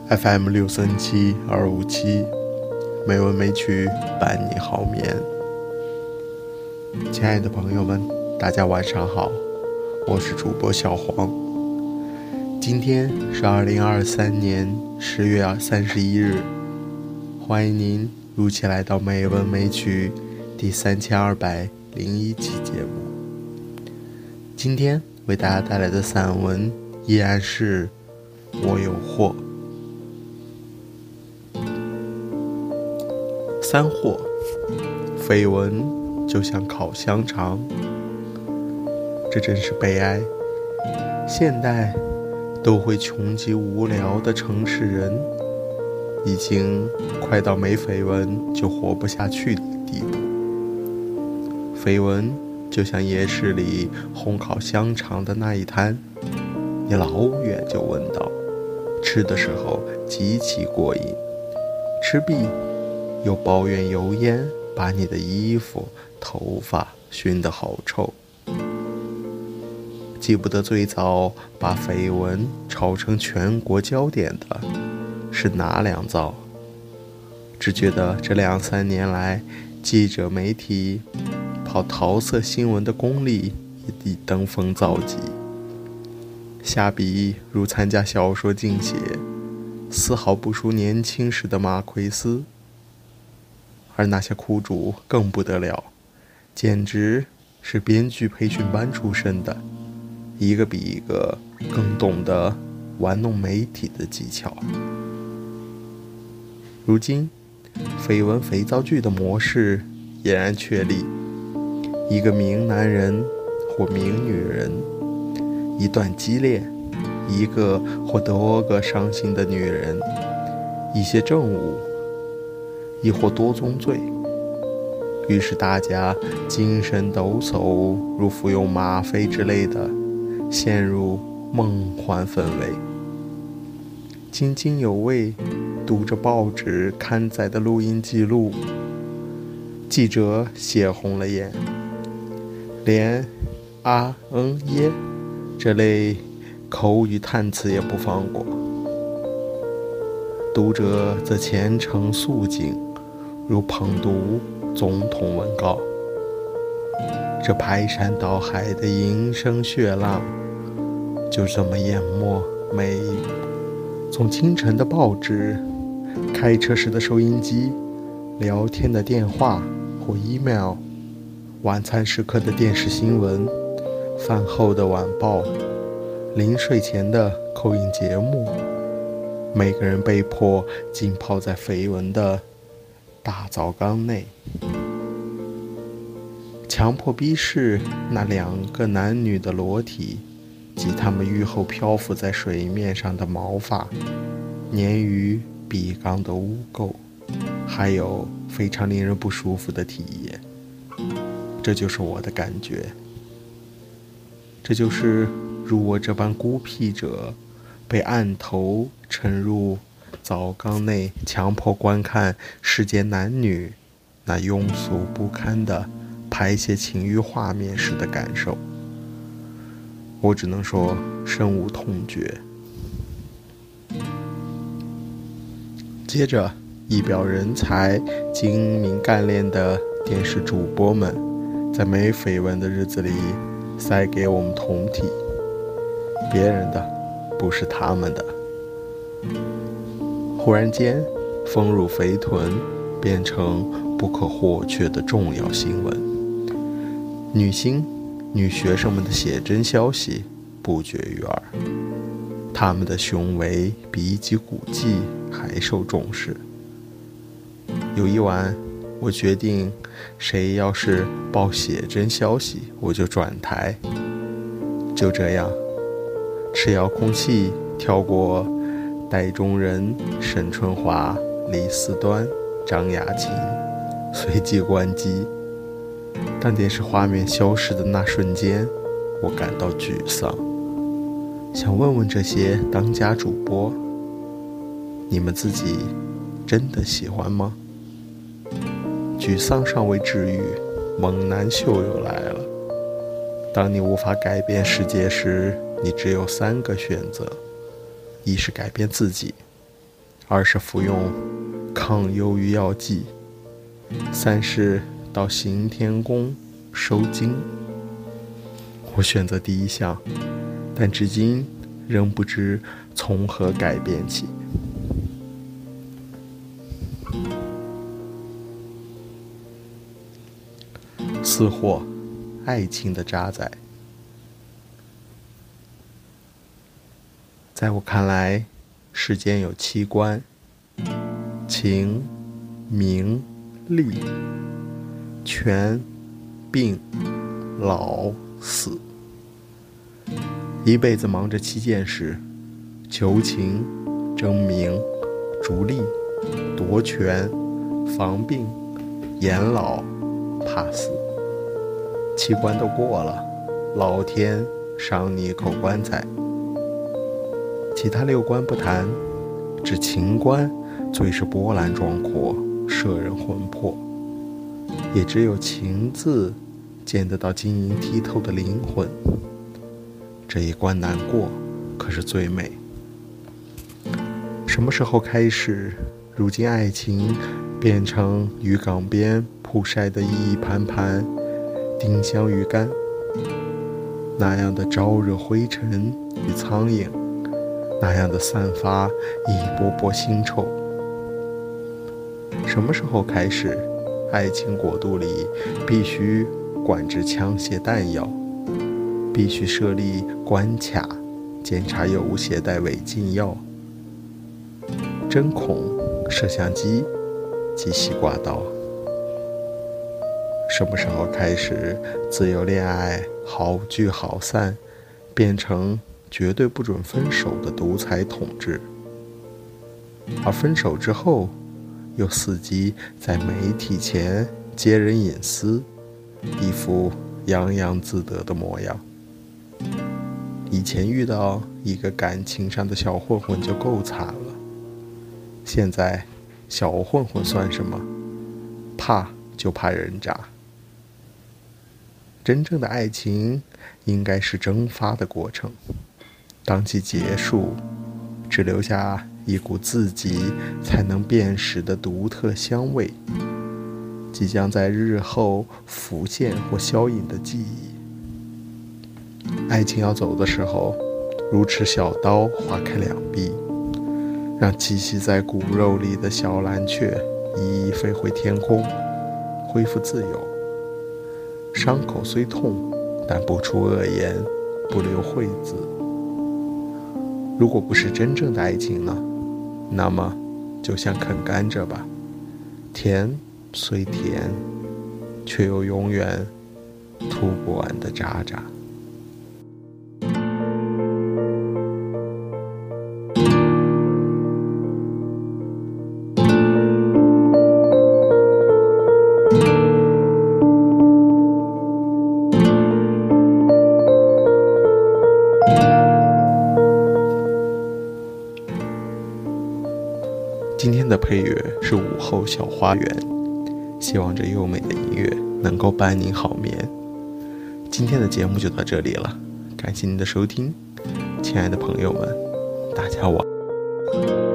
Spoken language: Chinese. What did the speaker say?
FM637-257，美文美曲伴你好眠。亲爱的朋友们，大家晚上好，我是主播小黄。今天是2023年10月31日，欢迎您如期来到美文美曲第3201期节目。今天为大家带来的散文依然是我有祸。三祸，绯闻就像烤香肠，这真是悲哀。现代都会穷极无聊的城市人，已经快到没绯闻就活不下去的地步。绯闻就像夜市里烘烤香肠的那一摊，你老远就闻到，吃的时候极其过瘾，吃毕又抱怨油烟把你的衣服头发熏得好臭。记不得最早把绯闻炒成全国焦点的是哪两造，只觉得这2-3年来记者媒体跑桃色新闻的功力已登峰造极，下笔如参加小说竞写，丝毫不输年轻时的马奎斯。而那些苦主更不得了，简直是编剧培训班出身的，一个比一个更懂得玩弄媒体的技巧。如今绯闻肥皂剧的模式俨然确立，一个名男人或名女人，一段激烈，一个或多个伤心的女人，一些政务，亦或多宗罪。于是大家精神抖擞，如服用吗啡之类的，陷入梦幻氛围，津津有味读着报纸刊载的录音记录。记者血红了眼，连啊耶这类口语叹词也不放过。读者则虔诚肃静，如捧读总统文告。这排山倒海的淫声血浪就这么淹没每一步。从清晨的报纸，开车时的收音机，聊天的电话或 email， 晚餐时刻的电视新闻，饭后的晚报，临睡前的口音节目，每个人被迫浸泡在绯闻的大澡缸内，强迫逼视那2个男女的裸体及他们浴后漂浮在水面上的毛发，粘于壁缸的污垢，还有非常令人不舒服的体液。这就是我的感觉，这就是如我这般孤僻者被按头沉入澡缸内，强迫观看世间男女那庸俗不堪的排泄情欲画面时的感受。我只能说深恶痛绝。接着，一表人才、精明干练的电视主播们，在没绯闻的日子里塞给我们同体，别人的不是他们的。忽然间，丰乳肥臀变成不可或缺的重要新闻，女星、女学生们的写真消息不绝于耳，她们的雄伟比一级古迹还受重视。有一晚，我决定，谁要是报写真消息，我就转台。就这样，吃遥控器跳过戴中仁、沈春华、李四端、张雅琴，随即关机。当电视画面消失的那瞬间，我感到沮丧，想问问这些当家主播，你们自己真的喜欢吗？沮丧尚未治愈，猛男秀又来了。当你无法改变世界时，你只有3个选择：一是改变自己， 二是服用抗忧郁药剂，三是到行天宫收经。我选择第一项，但至今仍不知从何改变起。四祸，爱情的渣滓。在我看来，世间有7关：情、名、利、权、病、老、死。一辈子忙着7件事：求情、争名、逐利、夺权、防病、延老、怕死。7关都过了，老天赏你一口棺材。其他6关不谈，只情关最是波澜壮阔，摄人魂魄。也只有情字见得到晶莹剔透的灵魂。这一关难过，可是最美。什么时候开始，如今爱情变成渔港边曝晒的一盘盘丁香鱼干，那样的招惹灰尘与苍蝇，那样的散发一波波腥臭。什么时候开始，爱情国度里必须管制枪械弹药，必须设立关卡，检查有无携带违禁药、针孔、摄像机及西瓜刀？什么时候开始，自由恋爱好聚好散变成绝对不准分手的独裁统治？而分手之后，又伺机在媒体前揭人隐私，一副洋洋自得的模样。以前遇到一个感情上的小混混就够惨了，现在小混混算什么？怕就怕人渣。真正的爱情应该是蒸发的过程，当其结束，只留下一股自己才能辨识的独特香味，即将在日后浮现或消隐的记忆。爱情要走的时候，如持小刀划开两臂，让栖息在骨肉里的小蓝雀一一飞回天空，恢复自由。伤口虽痛，但不出恶言，不留秽字。如果不是真正的爱情呢？那么就像啃甘蔗吧，甜虽甜，却又永远吐不完的渣渣。今天的配乐是午后小花园，希望这优美的音乐能够伴您好眠。今天的节目就到这里了，感谢您的收听，亲爱的朋友们，大家晚安。